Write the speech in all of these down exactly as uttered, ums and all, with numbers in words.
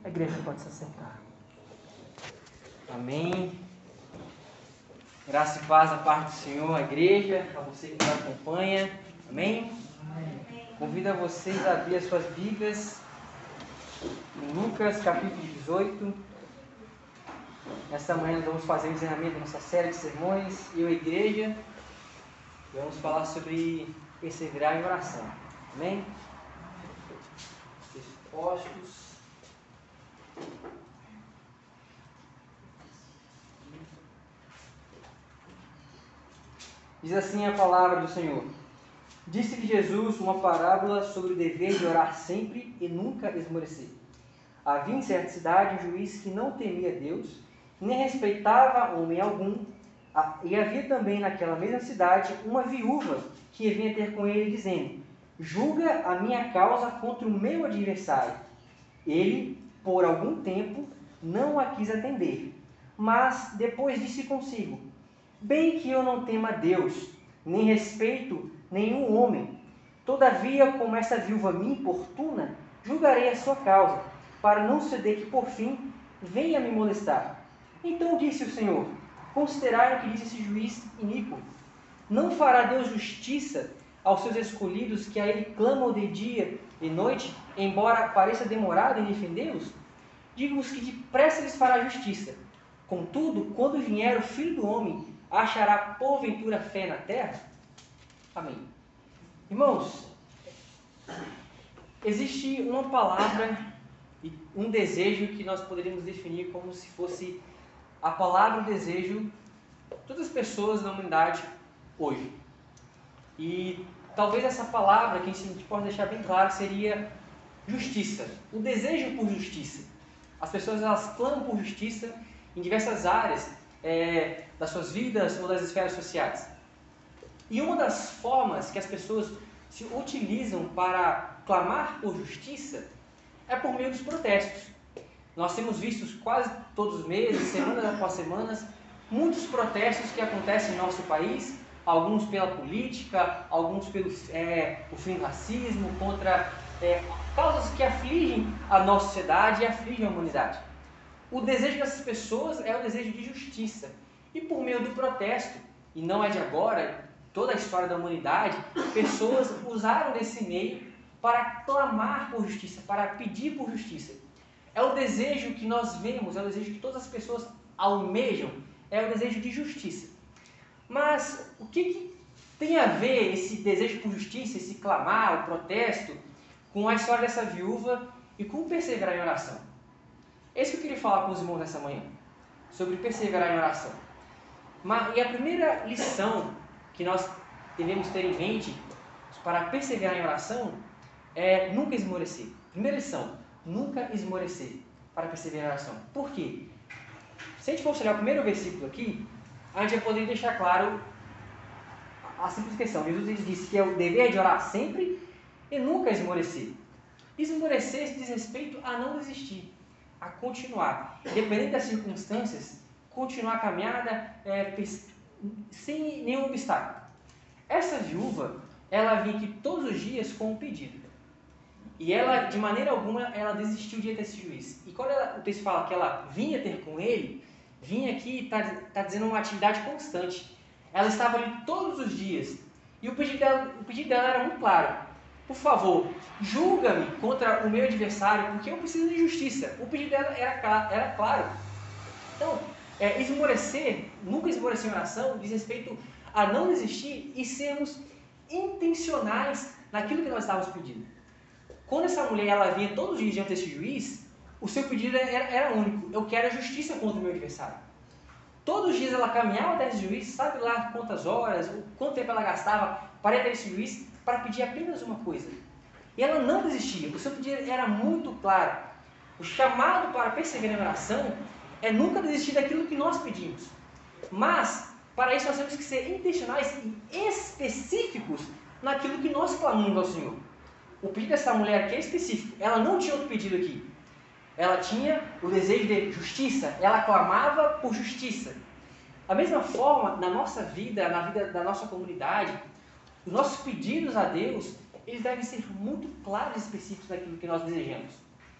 igreja pode se assentar. Amém. Graça e paz da parte do Senhor, a igreja, a você que nos acompanha. Amém? Amém. Convido a vocês a abrir as suas Bíblias em Lucas capítulo dezoito. Nesta manhã nós vamos fazer o encerramento da nossa série de sermões, eu e a igreja. E vamos falar sobre perseverar em oração. Amém? Postos. Diz assim a palavra do Senhor. Disse-lhe Jesus uma parábola sobre o dever de orar sempre e nunca esmorecer. Havia em certa cidade um juiz que não temia Deus, nem respeitava homem algum, e havia também naquela mesma cidade uma viúva que vinha ter com ele, dizendo: julga a minha causa contra o meu adversário. Ele, por algum tempo, não a quis atender, mas depois disse consigo: bem que eu não tema a Deus, nem respeito nenhum homem. Todavia, como essa viúva me importuna, julgarei a sua causa, para não ceder que, por fim, venha me molestar. Então disse o Senhor: considerai o que diz esse juiz iníquo. Não fará Deus justiça aos seus escolhidos, que a Ele clamam de dia e noite, embora pareça demorado em defendê-los? Digo-vos que depressa lhes fará justiça. Contudo, quando vier o Filho do Homem, achará porventura fé na terra? Amém. Irmãos, existe uma palavra e um desejo que nós poderíamos definir como se fosse a palavra e o desejo de todas as pessoas da humanidade hoje. E talvez essa palavra, que a gente pode deixar bem claro, seria justiça. O desejo por justiça. As pessoas elas clamam por justiça em diversas áreas é, das suas vidas ou das esferas sociais. E uma das formas que as pessoas se utilizam para clamar por justiça é por meio dos protestos. Nós temos visto quase todos os meses, semanas após semanas, muitos protestos que acontecem em nosso país, alguns pela política, alguns pelo é, o fim do racismo, contra é, causas que afligem a nossa sociedade e afligem a humanidade. O desejo dessas pessoas é o desejo de justiça. E por meio do protesto, e não é de agora, toda a história da humanidade, pessoas usaram desse meio para clamar por justiça, para pedir por justiça. É o desejo que nós vemos, é o desejo que todas as pessoas almejam, é o desejo de justiça. Mas o que, que tem a ver esse desejo por justiça, esse clamar, o protesto, com a história dessa viúva e com perseverar em oração? É isso que eu queria falar com os irmãos nessa manhã, sobre perseverar em oração. Mas, e a primeira lição que nós devemos ter em mente para perseverar em oração é nunca esmorecer. Primeira lição, nunca esmorecer para perseverar em oração. Por quê? Se a gente for olhar o primeiro versículo aqui, a gente vai poder deixar claro a simples questão. Jesus disse que é o dever de orar sempre e nunca esmorecer. Esmorecer diz respeito a não desistir, a continuar. Independente das circunstâncias, continuar a caminhada é, sem nenhum obstáculo. Essa viúva, ela vinha aqui todos os dias com um pedido. E ela, de maneira alguma, ela desistiu diante desse juiz. E quando ela, o texto fala que ela vinha ter com ele, vinha aqui e está tá dizendo uma atividade constante. Ela estava ali todos os dias. E o pedido dela, o pedido dela era muito claro. Por favor, julga-me contra o meu adversário, porque eu preciso de justiça. O pedido dela era, era claro. Então, é, esmorecer, nunca esmorecer em oração, diz respeito a não desistir e sermos intencionais naquilo que nós estávamos pedindo. Quando essa mulher ela vinha todos os dias diante desse juiz, o seu pedido era, era único: eu quero a justiça contra o meu adversário. Todos os dias ela caminhava até esse juiz, sabe lá quantas horas, quanto tempo ela gastava para ir até esse juiz para pedir apenas uma coisa. E ela não desistia, o seu pedido era muito claro. O chamado para perseverar na oração é nunca desistir daquilo que nós pedimos. Mas, para isso nós temos que ser intencionais e específicos naquilo que nós clamamos ao Senhor. O pedido dessa mulher aqui é específico. Ela não tinha outro pedido aqui. Ela tinha o desejo de justiça. Ela clamava por justiça. Da mesma forma, na nossa vida, na vida da nossa comunidade, os nossos pedidos a Deus, eles devem ser muito claros e específicos naquilo que nós desejamos.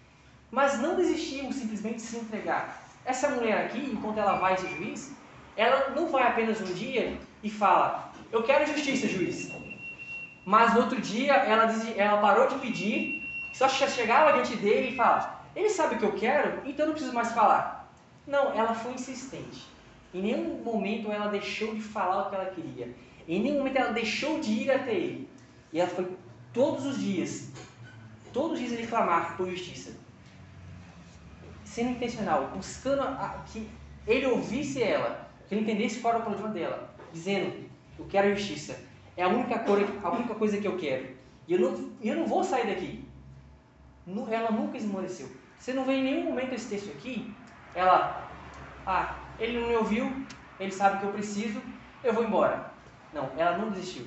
mas não desistiram simplesmente de se entregar. Essa mulher aqui, enquanto ela vai a esse juiz, ela não vai apenas um dia e fala, eu quero justiça, juiz. Mas no outro dia ela, ela parou de pedir, só chegava diante dele e fala, ele sabe o que eu quero, então não preciso mais falar. Não, ela foi insistente. Em nenhum momento ela deixou de falar o que ela queria. Em nenhum momento ela deixou de ir até ele. E ela foi todos os dias, todos os dias ele clamar por justiça. Sendo intencional, buscando a, que ele ouvisse ela, que ele entendesse qual era o problema dela, dizendo, eu quero justiça, é a única, cor, a única coisa que eu quero, e eu não, eu não vou sair daqui. Ela nunca esmoreceu. Você não vê em nenhum momento esse texto aqui, ela, ah, ele não me ouviu, ele sabe que eu preciso, eu vou embora. Não, ela não desistiu.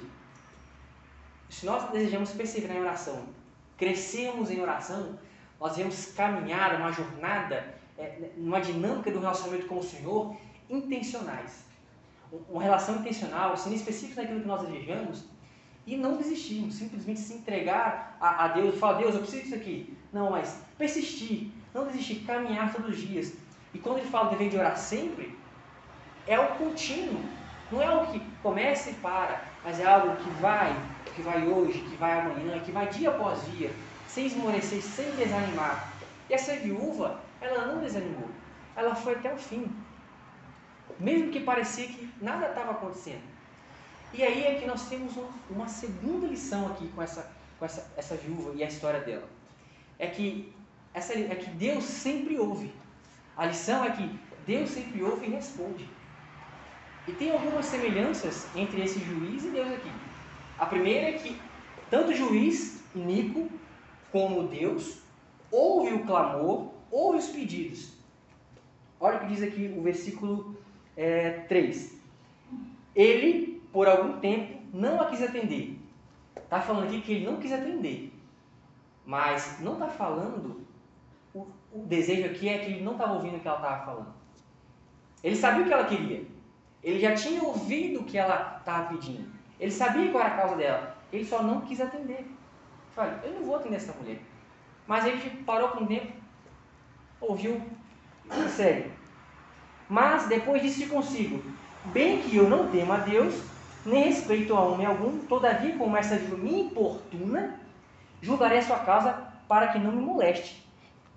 Se nós desejamos perseverar em oração, crescermos em oração, nós devemos caminhar uma jornada, é, numa dinâmica do relacionamento com o Senhor, intencionais. Uma relação intencional, sendo específica naquilo que nós desejamos, e não desistirmos, simplesmente se entregar a, a Deus, falar, Deus, eu preciso disso aqui. Não, mas persistir, não desistir, caminhar todos os dias. E quando ele fala dever de orar sempre, é o contínuo, não é algo que começa e para, mas é algo que vai, que vai hoje, que vai amanhã, que vai dia após dia, sem esmorecer, sem desanimar. E essa viúva, ela não desanimou, ela foi até o fim, mesmo que parecia que nada estava acontecendo. E aí é que nós temos um, uma segunda lição aqui com, essa, com essa, essa viúva e a história dela. É que, essa, é que Deus sempre ouve. A lição é que Deus sempre ouve e responde. E tem algumas semelhanças entre esse juiz e Deus aqui. A primeira é que tanto o juiz iníquo como Deus ouve o clamor, ouve os pedidos. Olha o que diz aqui o versículo é, três. Ele, por algum tempo, não a quis atender. Está falando aqui que ele não quis atender. Mas não está falando, o, o desejo aqui é que ele não estava ouvindo o que ela estava falando. Ele sabia o que ela queria. Ele já tinha ouvido o que ela estava pedindo. Ele sabia qual era a causa dela. Ele só não quis atender. Olha, eu não vou atender essa mulher. Mas ele parou por um tempo, ouviu e segue. Mas depois disse consigo, bem que eu não temo a Deus, nem respeito a homem algum, todavia como essa viúva me importuna, julgarei a sua causa para que não me moleste.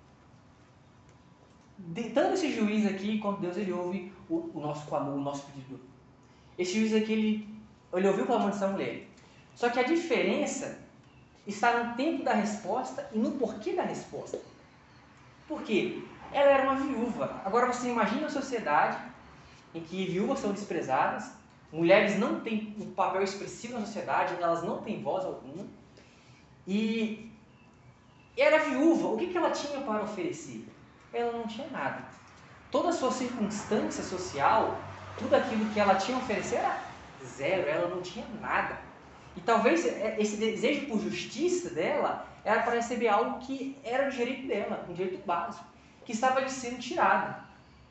De, tanto esse juiz aqui, quanto Deus, ele ouve o, o nosso clamor, o nosso pedido. Esse juiz aqui, ele, ele ouviu o clamor dessa mulher. Só que a diferença está no tempo da resposta e no porquê da resposta. Por quê? Ela era uma viúva. Agora você imagina a sociedade em que viúvas são desprezadas, mulheres não têm um papel expressivo na sociedade, elas não têm voz alguma. E era viúva, o que ela tinha para oferecer? Ela não tinha nada. Toda a sua circunstância social, tudo aquilo que ela tinha a oferecer era zero, ela não tinha nada. E talvez esse desejo por justiça dela era para receber algo que era o direito dela, um direito básico, que estava lhe sendo tirado.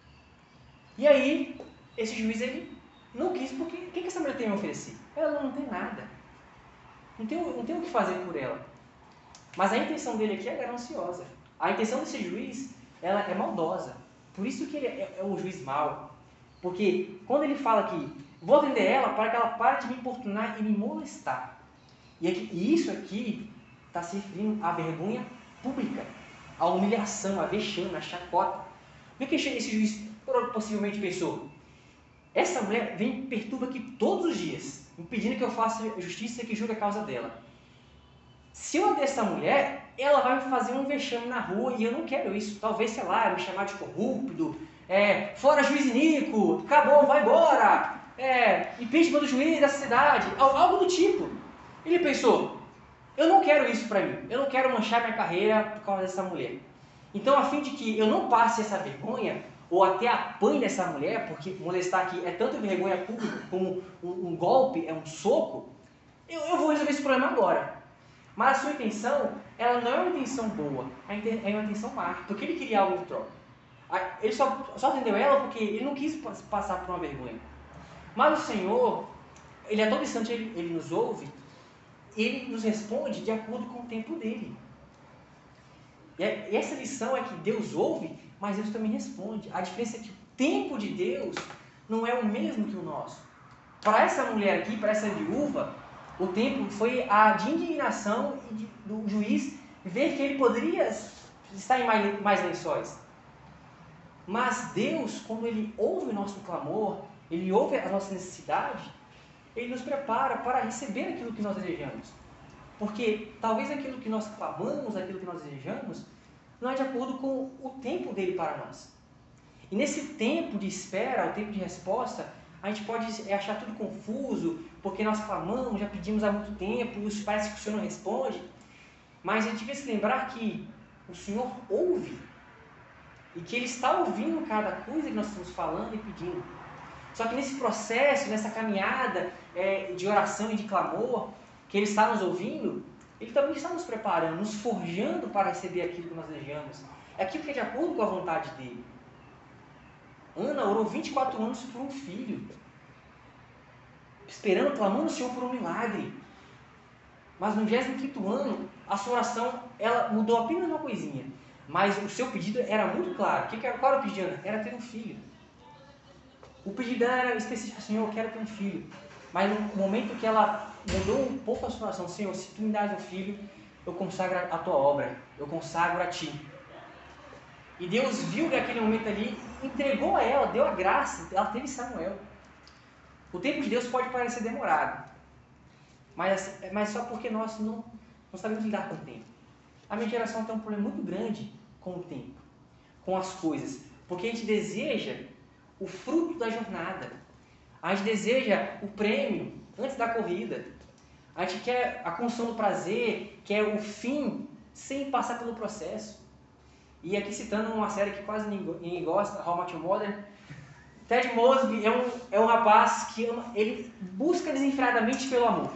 E aí, esse juiz ele não quis, porque o que essa mulher tem a oferecer? Ela não tem nada. Não tem, não tem o que fazer por ela. Mas a intenção dele aqui é gananciosa. A intenção desse juiz, ela é maldosa. Por isso que ele é, é um juiz mau. Porque quando ele fala que vou atender ela para que ela pare de me importunar e me molestar. E, aqui, e isso aqui está se referindo à vergonha pública, à humilhação, à vexame, à chacota. O que esse juiz possivelmente pensou? Essa mulher vem e me perturba aqui todos os dias, me pedindo que eu faça justiça e que julgue a causa dela. Se eu atender essa mulher, ela vai me fazer um vexame na rua e eu não quero isso. Talvez, sei lá, me chamar de corrupto, é, fora juiz iníquo, acabou, vai embora, é, impeachment do juiz da cidade, algo do tipo. Ele pensou, eu não quero isso para mim, eu não quero manchar minha carreira por causa dessa mulher. Então, a fim de que eu não passe essa vergonha, ou até apanhe dessa mulher, porque molestar aqui é tanto vergonha pública como um, um golpe, é um soco, eu, eu vou resolver esse problema agora. Mas a sua intenção, ela não é uma intenção boa, é uma intenção má, porque ele queria algo em troca. Ele só, só atendeu ela porque ele não quis passar por uma vergonha. Mas o Senhor, Ele a todo instante ele, ele nos ouve, Ele nos responde de acordo com o tempo dele. E essa lição é que Deus ouve, mas Deus também responde. A diferença é que o tempo de Deus não é o mesmo que o nosso. Para essa mulher aqui, para essa viúva, o tempo foi a de indignação e de, do juiz ver que ele poderia estar em mais, mais lençóis. Mas Deus, quando Ele ouve o nosso clamor, Ele ouve a nossa necessidade, Ele nos prepara para receber aquilo que nós desejamos. Porque talvez aquilo que nós clamamos, aquilo que nós desejamos, não é de acordo com o tempo dele para nós. E nesse tempo de espera, o tempo de resposta, a gente pode achar tudo confuso, porque nós clamamos, já pedimos há muito tempo, e parece que o Senhor não responde. Mas a gente tem que se lembrar que o Senhor ouve, e que Ele está ouvindo cada coisa que nós estamos falando e pedindo. Só que nesse processo, nessa caminhada é, de oração e de clamor, que Ele está nos ouvindo, Ele também está nos preparando, nos forjando para receber aquilo que nós desejamos. É aquilo que é de acordo com a vontade dEle. Ana orou vinte e quatro anos por um filho, esperando, clamando ao Senhor por um milagre. Mas no vigésimo quinto ano, a sua oração ela mudou apenas uma coisinha. Mas o seu pedido era muito claro. O que era, qual era o pedido de Ana? Era ter um filho. O pedido dela era específico: Senhor, eu quero ter um filho. Mas no momento que ela mudou um pouco a sua oração: Senhor, se tu me dás um filho, eu consagro a tua obra, eu consagro a ti. E Deus viu que aquele momento ali, entregou a ela, deu a graça, ela teve Samuel. O tempo de Deus pode parecer demorado, mas, mas só porque nós não, não sabemos lidar com o tempo. A minha geração tem um problema muito grande com o tempo, com as coisas, porque a gente deseja o fruto da jornada, a gente deseja o prêmio antes da corrida, a gente quer a construção do prazer, quer o fim sem passar pelo processo. E aqui citando uma série que quase ninguém gosta, How I Met Your Mother, Ted Mosby é um, é um rapaz que ama, ele busca desenfreadamente pelo amor.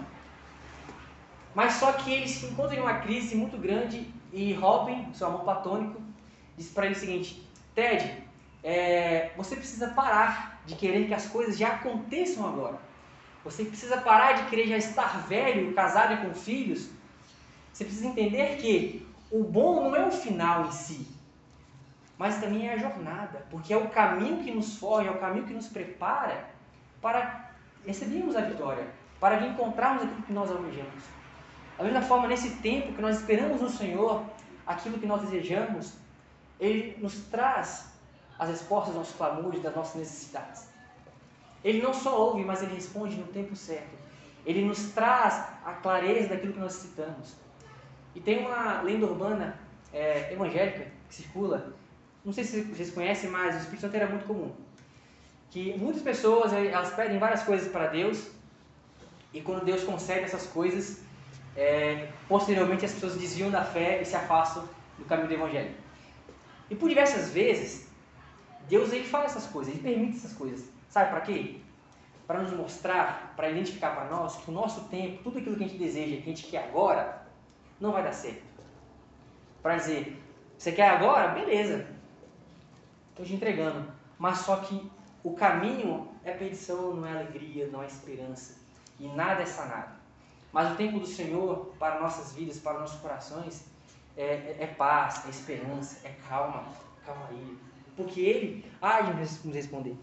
Mas só que ele se encontra em uma crise muito grande e Robin, seu amor platônico, diz para ele o seguinte: Ted, é, você precisa parar de querer que as coisas já aconteçam agora. Você precisa parar de querer já estar velho, casado e com filhos. Você precisa entender que o bom não é o final em si, mas também é a jornada, porque é o caminho que nos forja, é o caminho que nos prepara para recebermos a vitória, para encontrarmos aquilo que nós almejamos. Da mesma forma, nesse tempo que nós esperamos no Senhor, aquilo que nós desejamos, Ele nos traz as respostas dos nossos clamores, das nossas necessidades. Ele não só ouve, mas Ele responde no tempo certo. Ele nos traz a clareza daquilo que nós necessitamos. E tem uma lenda urbana é, evangélica que circula, não sei se vocês conhecem, mas o Espírito Santo era muito comum. Que muitas pessoas elas pedem várias coisas para Deus, e quando Deus concede essas coisas, é, posteriormente as pessoas desviam da fé e se afastam do caminho do Evangelho. E por diversas vezes, Deus ele faz essas coisas, Ele permite essas coisas. Sabe para quê? Para nos mostrar, para identificar para nós que o nosso tempo, tudo aquilo que a gente deseja, que a gente quer agora, não vai dar certo. Para dizer, você quer agora? Beleza. Estou te entregando. Mas só que o caminho é perdição, não é alegria, não é esperança. E nada é sanado. Mas o tempo do Senhor para nossas vidas, para nossos corações, é, é, é paz, é esperança, é calma, calma aí. Porque Ele há de nos responder.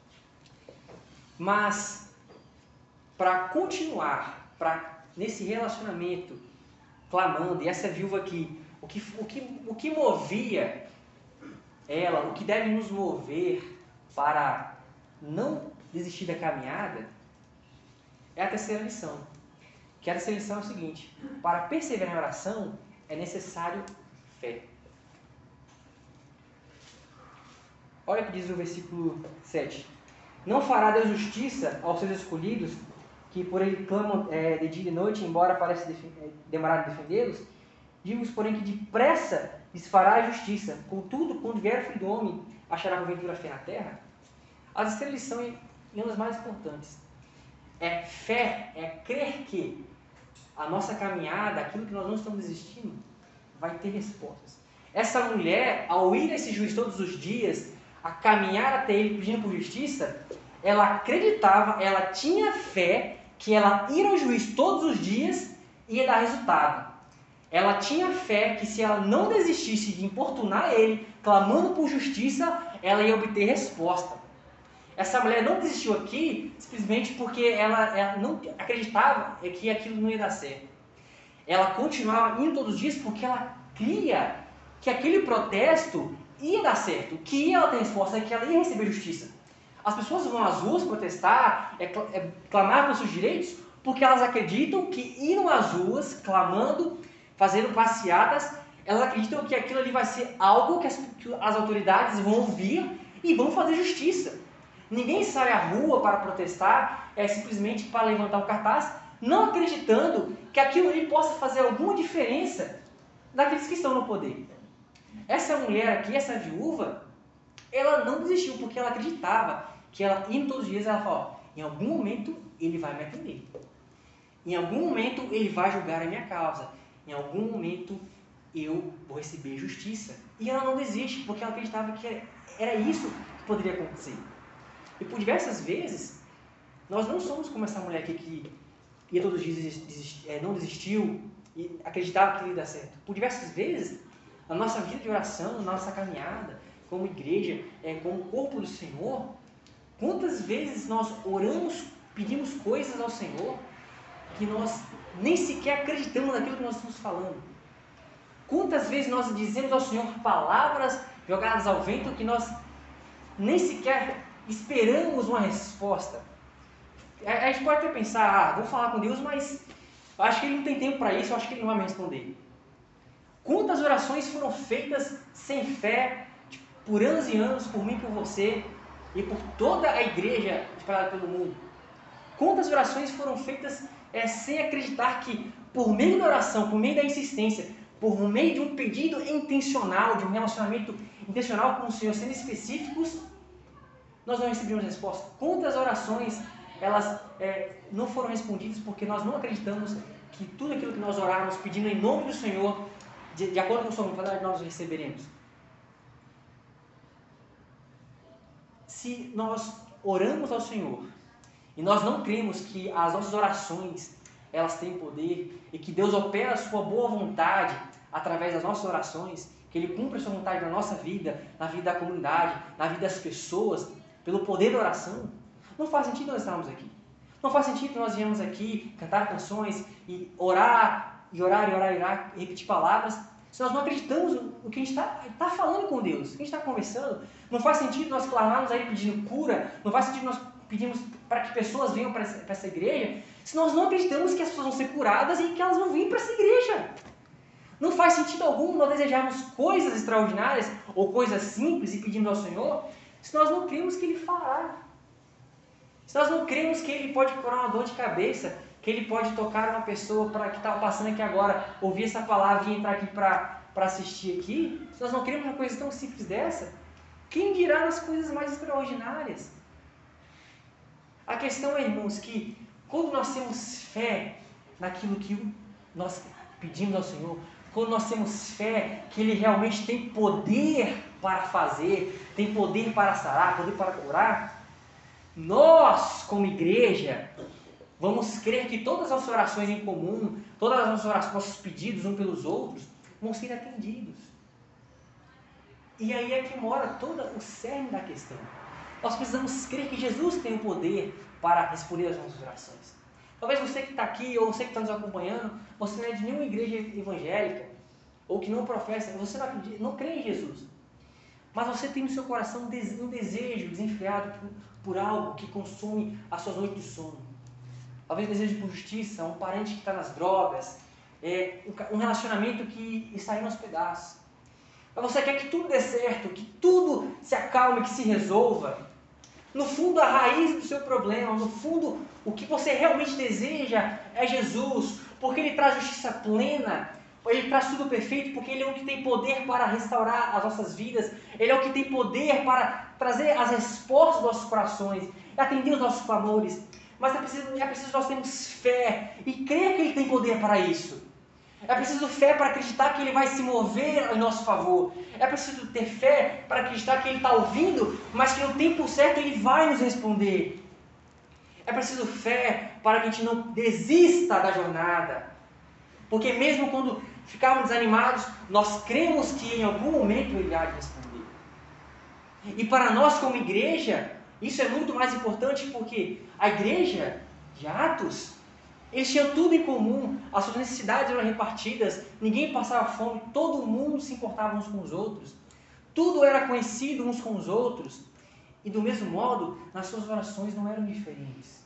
Mas, para continuar, para nesse relacionamento, clamando, e essa viúva aqui, o que, o, que, o que movia ela, o que deve nos mover para não desistir da caminhada, é a terceira lição. Que a terceira lição é o seguinte: para perseverar na oração é necessário fé. Olha o que diz o versículo sete. Não fará Deus justiça aos seus escolhidos, que por Ele clamam é, de dia e noite, embora pareça demorar a defendê-los? Digo-vos, porém, que depressa lhes fará a justiça. Contudo, quando vier o Filho do Homem, achará porventura fé na terra? As terceiras lições são uma das mais importantes. É fé, é crer que a nossa caminhada, aquilo que nós não estamos desistindo, vai ter respostas. Essa mulher, ao ir a esse juiz todos os dias, a caminhar até ele pedindo por justiça, ela acreditava, ela tinha fé que ela ir ao juiz todos os dias ia dar resultado. Ela tinha fé que se ela não desistisse de importunar ele, clamando por justiça, ela ia obter resposta. Essa mulher não desistiu aqui simplesmente porque ela, ela não acreditava que aquilo não ia dar certo. Ela continuava indo todos os dias porque ela cria que aquele protesto ia dar certo, que ia ter resposta, que ela ia receber justiça. As pessoas vão às ruas protestar, é, é, clamar pelos seus direitos, porque elas acreditam que indo às ruas, clamando, fazendo passeatas, elas acreditam que aquilo ali vai ser algo que as, que as autoridades vão ouvir e vão fazer justiça. Ninguém sai à rua para protestar, é simplesmente para levantar um cartaz, não acreditando que aquilo ali possa fazer alguma diferença daqueles que estão no poder. Essa mulher aqui, essa viúva, ela não desistiu porque ela acreditava que ela, indo todos os dias, ela falou, em algum momento ele vai me atender. Em algum momento ele vai julgar a minha causa. Em algum momento eu vou receber justiça. E ela não desiste porque ela acreditava que era isso que poderia acontecer. E por diversas vezes, nós não somos como essa mulher aqui que ia todos os dias, desist, é, não desistiu e acreditava que ia dar certo. Por diversas vezes, na nossa vida de oração, na nossa caminhada, como igreja, é, como corpo do Senhor, quantas vezes nós oramos, pedimos coisas ao Senhor que nós nem sequer acreditamos naquilo que nós estamos falando. Quantas vezes nós dizemos ao Senhor palavras jogadas ao vento que nós nem sequer esperamos uma resposta. A gente pode até pensar, ah, vou falar com Deus, mas eu acho que Ele não tem tempo para isso, eu acho que Ele não vai me responder. Quantas orações foram feitas sem fé, tipo, por anos e anos, por mim, por você e por toda a igreja espalhada pelo mundo? Quantas orações foram feitas é, sem acreditar que, por meio da oração, por meio da insistência, por meio de um pedido intencional, de um relacionamento intencional com o Senhor, sendo específicos, nós não recebemos resposta? Quantas orações elas é, não foram respondidas porque nós não acreditamos que tudo aquilo que nós orarmos pedindo em nome do Senhor, de, de acordo com a sua vontade, nós receberemos? Se nós oramos ao Senhor e nós não cremos que as nossas orações elas têm poder e que Deus opera a sua boa vontade através das nossas orações, que Ele cumpre a sua vontade na nossa vida, na vida da comunidade, na vida das pessoas, pelo poder da oração, não faz sentido nós estarmos aqui. Não faz sentido nós viemos aqui cantar canções e orar, e orar, e orar, e orar, e repetir palavras, se nós não acreditamos no que a gente está tá falando com Deus, o que a gente está conversando. Não faz sentido nós clamarmos aí pedindo cura, não faz sentido nós pedimos para que pessoas venham para essa, essa igreja, se nós não acreditamos que as pessoas vão ser curadas e que elas vão vir para essa igreja. Não faz sentido algum nós desejarmos coisas extraordinárias ou coisas simples e pedimos ao Senhor, se nós não cremos que Ele fará. Se nós não cremos que Ele pode curar uma dor de cabeça, que Ele pode tocar uma pessoa pra, que está passando aqui agora, ouvir essa palavra e entrar aqui para assistir aqui, se nós não cremos uma coisa tão simples dessa, quem dirá nas coisas mais extraordinárias? A questão é, irmãos, que quando nós temos fé naquilo que nós pedimos ao Senhor, quando nós temos fé que Ele realmente tem poder para fazer, tem poder para sarar, poder para curar, nós, como igreja, vamos crer que todas as orações em comum, todas as nossas orações, nossos pedidos uns pelos outros, vão ser atendidos. E aí é que mora todo o cerne da questão. Nós precisamos crer que Jesus tem o poder para responder às nossas orações. Talvez você que está aqui, ou você que está nos acompanhando, você não é de nenhuma igreja evangélica, ou que não professa, você não, acredita, não crê em Jesus. Mas você tem no seu coração um desejo desenfreado por, por algo que consome as suas noites de sono. Talvez um desejo por justiça, um parente que está nas drogas, é, um relacionamento que está aí nos pedaços. Mas você quer que tudo dê certo, que tudo se acalme, que se resolva. No fundo, a raiz do seu problema, no fundo, o que você realmente deseja é Jesus, porque Ele traz justiça plena, Ele traz tudo perfeito, porque Ele é o que tem poder para restaurar as nossas vidas, Ele é o que tem poder para trazer as respostas dos nossos corações, atender os nossos clamores. Mas é preciso, é preciso nós termos fé e crer que Ele tem poder para isso. É preciso fé para acreditar que Ele vai se mover em nosso favor. É preciso ter fé para acreditar que Ele está ouvindo, mas que no tempo certo Ele vai nos responder. É preciso fé para que a gente não desista da jornada. Porque mesmo quando ficarmos desanimados, nós cremos que em algum momento Ele há de responder. E para nós como igreja, isso é muito mais importante porque a igreja de Atos, eles tinham tudo em comum, as suas necessidades eram repartidas, ninguém passava fome, todo mundo se importava uns com os outros, tudo era conhecido uns com os outros, e do mesmo modo, nas suas orações não eram diferentes.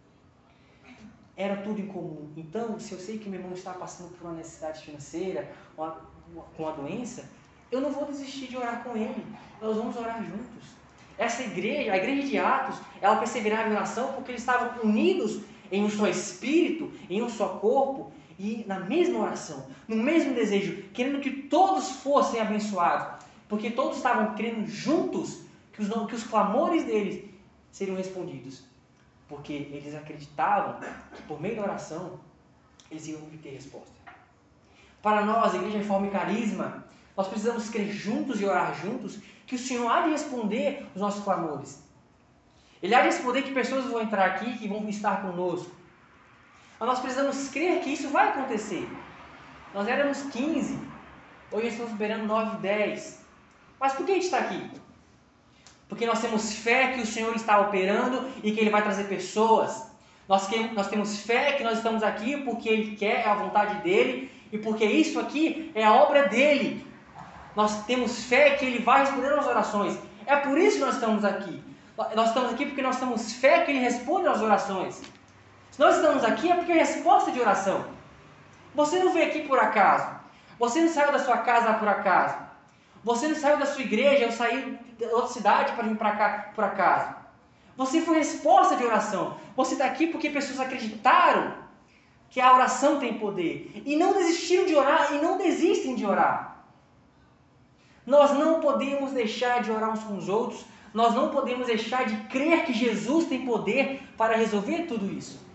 Era tudo em comum. Então, se eu sei que meu irmão está passando por uma necessidade financeira, uma, uma, com uma doença, eu não vou desistir de orar com ele. Nós vamos orar juntos. Essa igreja, a igreja de Atos, ela perseverava em oração porque eles estavam unidos em um só espírito, em um só corpo e na mesma oração, no mesmo desejo, querendo que todos fossem abençoados, porque todos estavam crendo juntos que os, que os clamores deles seriam respondidos. Porque eles acreditavam que por meio da oração eles iam obter resposta. Para nós, a Igreja Reforma e Carisma, nós precisamos crer juntos e orar juntos que o Senhor há de responder os nossos clamores. Ele há de responder que pessoas vão entrar aqui que vão estar conosco. Mas nós precisamos crer que isso vai acontecer. Nós éramos quinze, hoje estamos esperando nove, dez. Mas por que a gente está aqui? Porque nós temos fé que o Senhor está operando e que Ele vai trazer pessoas. Nós, que, nós temos fé que nós estamos aqui porque Ele quer, é a vontade dEle e porque isso aqui é a obra dEle. Nós temos fé que Ele vai responder às orações. É por isso que nós estamos aqui. Nós estamos aqui porque nós temos fé que Ele responde às orações. Se nós estamos aqui é porque é resposta de oração. Você não veio aqui por acaso. Você não saiu da sua casa por acaso. Você não saiu da sua igreja ou saiu de outra cidade para vir para cá por acaso. Você foi resposta de oração. Você está aqui porque pessoas acreditaram que a oração tem poder. E não desistiram de orar e não desistem de orar. Nós não podemos deixar de orar uns com os outros. Nós não podemos deixar de crer que Jesus tem poder para resolver tudo isso.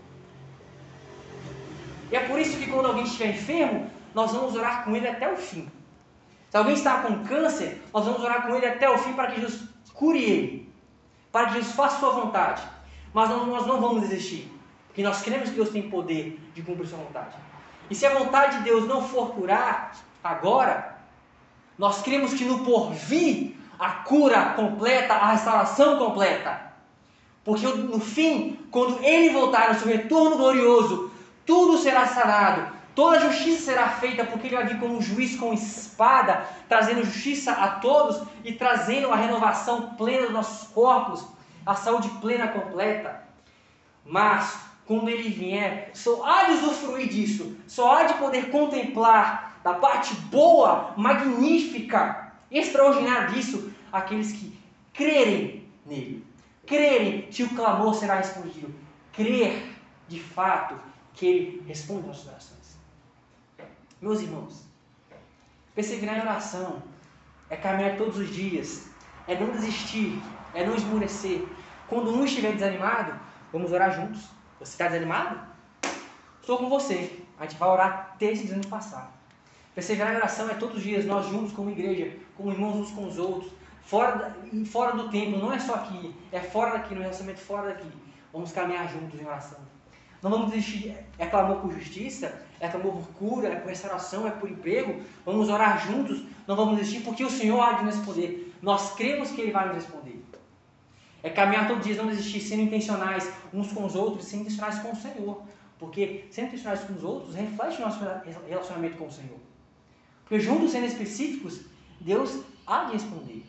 E é por isso que quando alguém estiver enfermo, nós vamos orar com ele até o fim. Se alguém está com câncer, nós vamos orar com ele até o fim para que Jesus cure ele. Para que Jesus faça sua vontade. Mas não, nós não vamos desistir. Porque nós cremos que Deus tem poder de cumprir sua vontade. E se a vontade de Deus não for curar agora, nós cremos que no porvir a cura completa, a restauração completa. Porque no fim, quando Ele voltar no seu retorno glorioso, tudo será sanado. Toda justiça será feita porque Ele vai vir como um juiz com espada, trazendo justiça a todos e trazendo a renovação plena dos nossos corpos, a saúde plena completa. Mas, quando Ele vier, só há de usufruir disso, só há de poder contemplar da parte boa, magnífica, extraordinária disso, aqueles que crerem nele, crerem que o clamor será respondido, crer de fato que Ele responde às nossas orações. Meus irmãos, perseverar em oração é caminhar todos os dias, é não desistir, é não esmorecer. Quando um estiver desanimado, vamos orar juntos. Você está desanimado? Estou com você. A gente vai orar até esse desânimo passar. Perseverar em oração é todos os dias, nós juntos como igreja, como irmãos uns com os outros, fora, da, fora do templo, não é só aqui, é fora daqui, no relacionamento fora daqui. Vamos caminhar juntos em oração. Não vamos desistir, é clamor por justiça, é clamor por cura, é por restauração, é por emprego. Vamos orar juntos, não vamos desistir porque o Senhor há de nos responder. Nós cremos que Ele vai nos responder. É caminhar todos os dias, não desistir, sendo intencionais uns com os outros, sendo intencionais com o Senhor. Porque sendo intencionais com os outros, reflete o nosso relacionamento com o Senhor. Porque juntos, sendo específicos, Deus há de responder.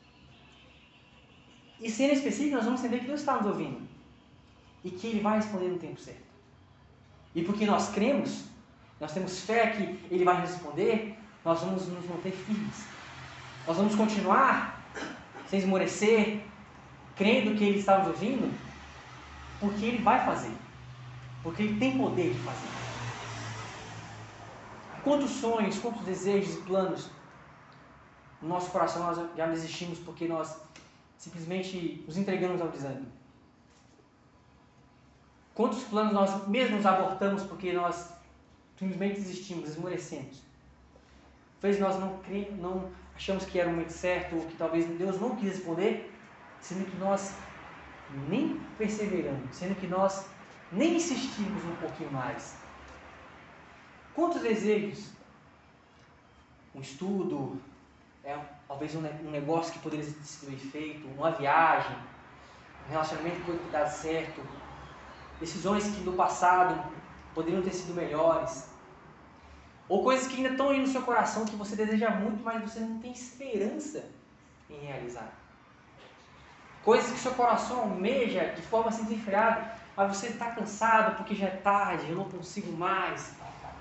E sendo específicos, nós vamos entender que Deus está nos ouvindo. E que Ele vai responder no tempo certo. E porque nós cremos, nós temos fé que Ele vai responder, nós vamos nos manter firmes. Nós vamos continuar sem esmorecer, crendo que Ele está nos ouvindo, porque Ele vai fazer. Porque Ele tem poder de fazer. Quantos sonhos, quantos desejos e planos no nosso coração nós já desistimos porque nós simplesmente nos entregamos ao desânimo. Quantos planos nós mesmos abortamos porque nós simplesmente desistimos, esmorecemos. Às vezes nós não, cre... não achamos que era o momento certo, ou que talvez Deus não quis responder, sendo que nós nem perseveramos, sendo que nós nem insistimos um pouquinho mais. Quantos desejos um estudo, é, talvez um, um negócio que poderia ter sido feito, uma viagem, um relacionamento que poderia ter dado certo, decisões que no passado poderiam ter sido melhores, ou coisas que ainda estão aí no seu coração que você deseja muito, mas você não tem esperança em realizar. Coisas que seu coração almeja de forma assim desenfreada, mas você está cansado porque já é tarde, eu não consigo mais.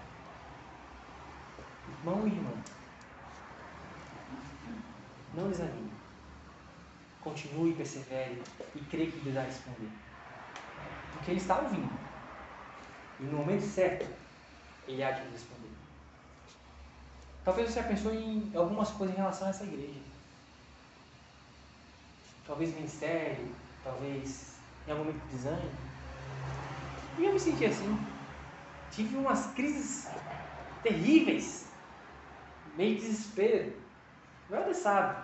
Irmão e irmã, não desanime. Continue, persevere e creia que Deus vai responder. Porque Ele está ouvindo. E no momento certo, Ele há de nos responder. Talvez você já pensou em algumas coisas em relação a essa igreja. Talvez ministério, talvez em algum momento de desânimo. E eu me senti assim. Tive umas crises terríveis, meio de desespero. Você sabe.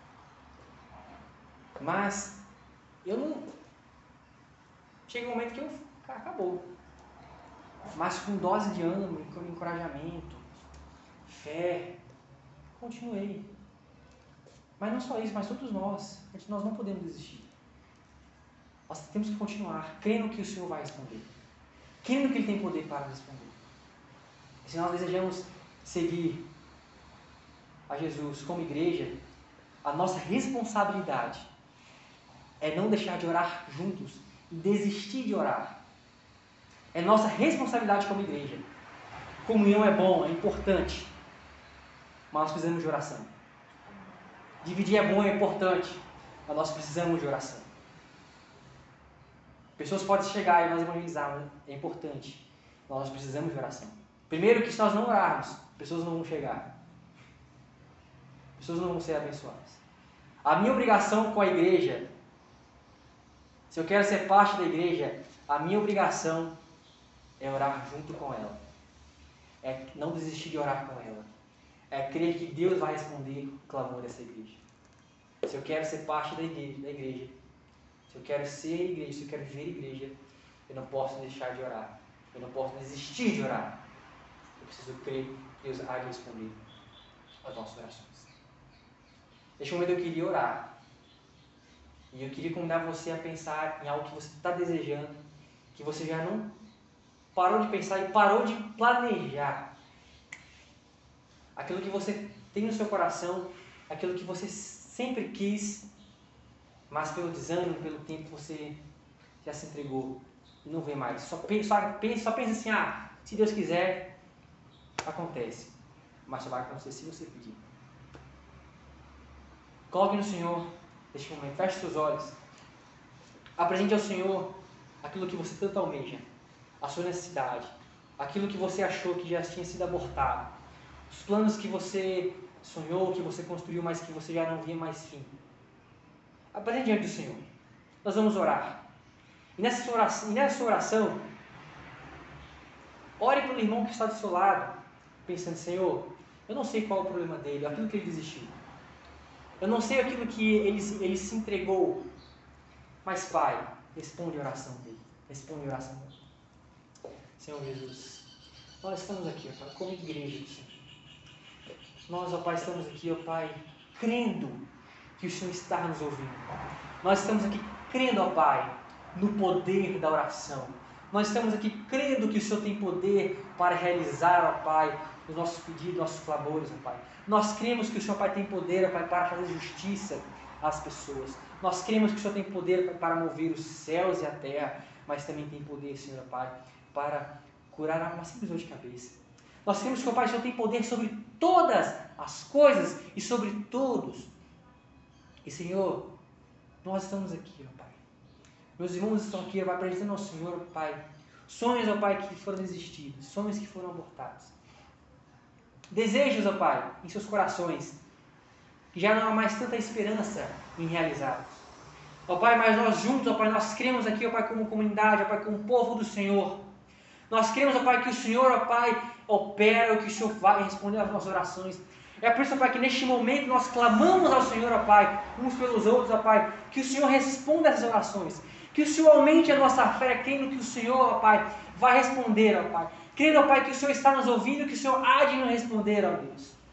Mas eu não... Chega um momento que eu... acabou. Mas com dose de ânimo, com encorajamento, fé, continuei. Mas não só isso, mas todos nós, nós não podemos desistir. Nós temos que continuar, crendo que o Senhor vai responder. Crendo que Ele tem poder para responder. E se nós desejamos seguir a Jesus como igreja, a nossa responsabilidade é não deixar de orar juntos e desistir de orar. É nossa responsabilidade como igreja. Comunhão é bom, é importante, mas nós precisamos de oração. Dividir é bom, é importante, mas nós precisamos de oração. Pessoas podem chegar e nós evangelizar, né? É importante, mas nós precisamos de oração. Primeiro que se nós não orarmos, pessoas não vão chegar. Pessoas não vão ser abençoadas. A minha obrigação com a igreja, se eu quero ser parte da igreja, a minha obrigação é orar junto com ela. É não desistir de orar com ela. É crer que Deus vai responder o clamor dessa igreja. Se eu quero ser parte da igreja, da igreja, se eu quero ser igreja, se eu quero ver igreja, eu não posso deixar de orar. Eu não posso desistir de orar. Eu preciso crer que Deus há de responder às nossas orações. Neste momento eu queria orar. E eu queria convidar você a pensar em algo que você está desejando, que você já não parou de pensar e parou de planejar. Aquilo que você tem no seu coração, aquilo que você sempre quis, mas pelo desânimo, pelo tempo você já se entregou e não vê mais. Só pensa, só pensa, só pensa assim, ah, se Deus quiser, acontece. Mas só vai acontecer se você pedir. Coloque no Senhor neste momento, feche seus olhos. Apresente ao Senhor aquilo que você tanto almeja, a sua necessidade, aquilo que você achou que já tinha sido abortado, os planos que você sonhou, que você construiu, mas que você já não via mais fim. Apresente diante do Senhor. Nós vamos orar. E nessa oração, e nessa oração, ore pelo irmão que está do seu lado, pensando, Senhor, eu não sei qual é o problema dele, aquilo que ele desistiu. Eu não sei aquilo que ele, ele se entregou. Mas, Pai, responde a oração dele. Responde a oração dele. Senhor Jesus, nós estamos aqui, ó Pai, como igreja, Senhor. Nós, ó Pai, estamos aqui, ó Pai, crendo que o Senhor está nos ouvindo. Nós estamos aqui crendo, ó Pai, no poder da oração. Nós estamos aqui crendo que o Senhor tem poder para realizar, ó Pai, os nossos pedidos, nossos clamores, ó Pai. Nós cremos que o Senhor, Pai, tem poder, ó Pai, para fazer justiça às pessoas. Nós cremos que o Senhor tem poder, Pai, para mover os céus e a terra, mas também tem poder, Senhor, Pai, para curar uma simples dor de cabeça. Nós cremos que, ó Pai, o Senhor tem poder sobre todas as coisas e sobre todos. E, Senhor, nós estamos aqui, ó Pai. Meus irmãos estão aqui, ó Pai, apresentando ao Senhor, ó Pai, sonhos, ó Pai, que foram desistidos, sonhos que foram abortados. Desejos, ó Pai, em seus corações, que já não há mais tanta esperança em realizá-los. Ó Pai, mas nós juntos, ó Pai, nós cremos aqui, ó Pai, como comunidade, ó Pai, como povo do Senhor. Nós cremos, ó Pai, que o Senhor, ó Pai, opera, que o Senhor vai responder às nossas orações. É por isso, ó Pai, que neste momento nós clamamos ao Senhor, ó Pai, uns pelos outros, ó Pai, que o Senhor responda essas orações. Que o Senhor aumente a nossa fé, crendo que o Senhor, ó Pai, vai responder, ó Pai. Crendo, ó Pai, que o Senhor está nos ouvindo, que o Senhor há de nos responder, ó Deus.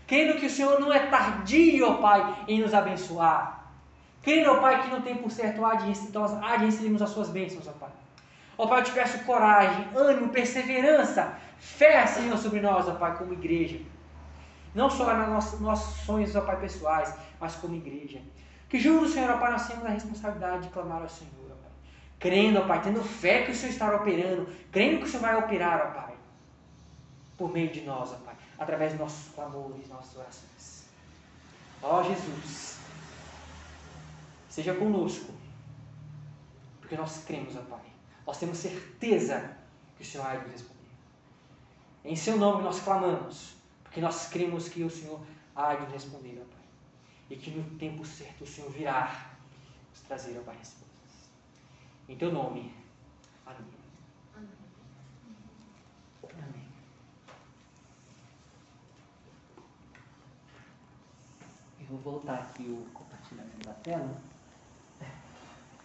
Crendo que o Senhor não é tardio, ó Pai, em nos abençoar. Crendo, ó Pai, que no tempo certo há de, nós há de recebermos as suas bênçãos, ó Pai. Ó Pai, eu te peço coragem, ânimo, perseverança, fé, Senhor, sobre nós, ó Pai, como igreja. Não só nos nossos sonhos, ó Pai, pessoais, mas como igreja. Que juntos, Senhor, ó Pai, nós temos a responsabilidade de clamar ao Senhor, ó Pai. Crendo, ó Pai, tendo fé que o Senhor está operando, crendo que o Senhor vai operar, ó Pai, por meio de nós, ó Pai, através dos nossos clamores, nossas orações. Ó Jesus, seja conosco, porque nós cremos, ó Pai. Nós temos certeza que o Senhor vai nos responder. Em seu nome nós clamamos, porque nós cremos que o Senhor há de nos responder, ó Pai. E que no tempo certo o Senhor virá nos trazer, ó Pai, respostas. Em teu nome. Amém. Amém. Eu vou voltar aqui o compartilhamento da tela.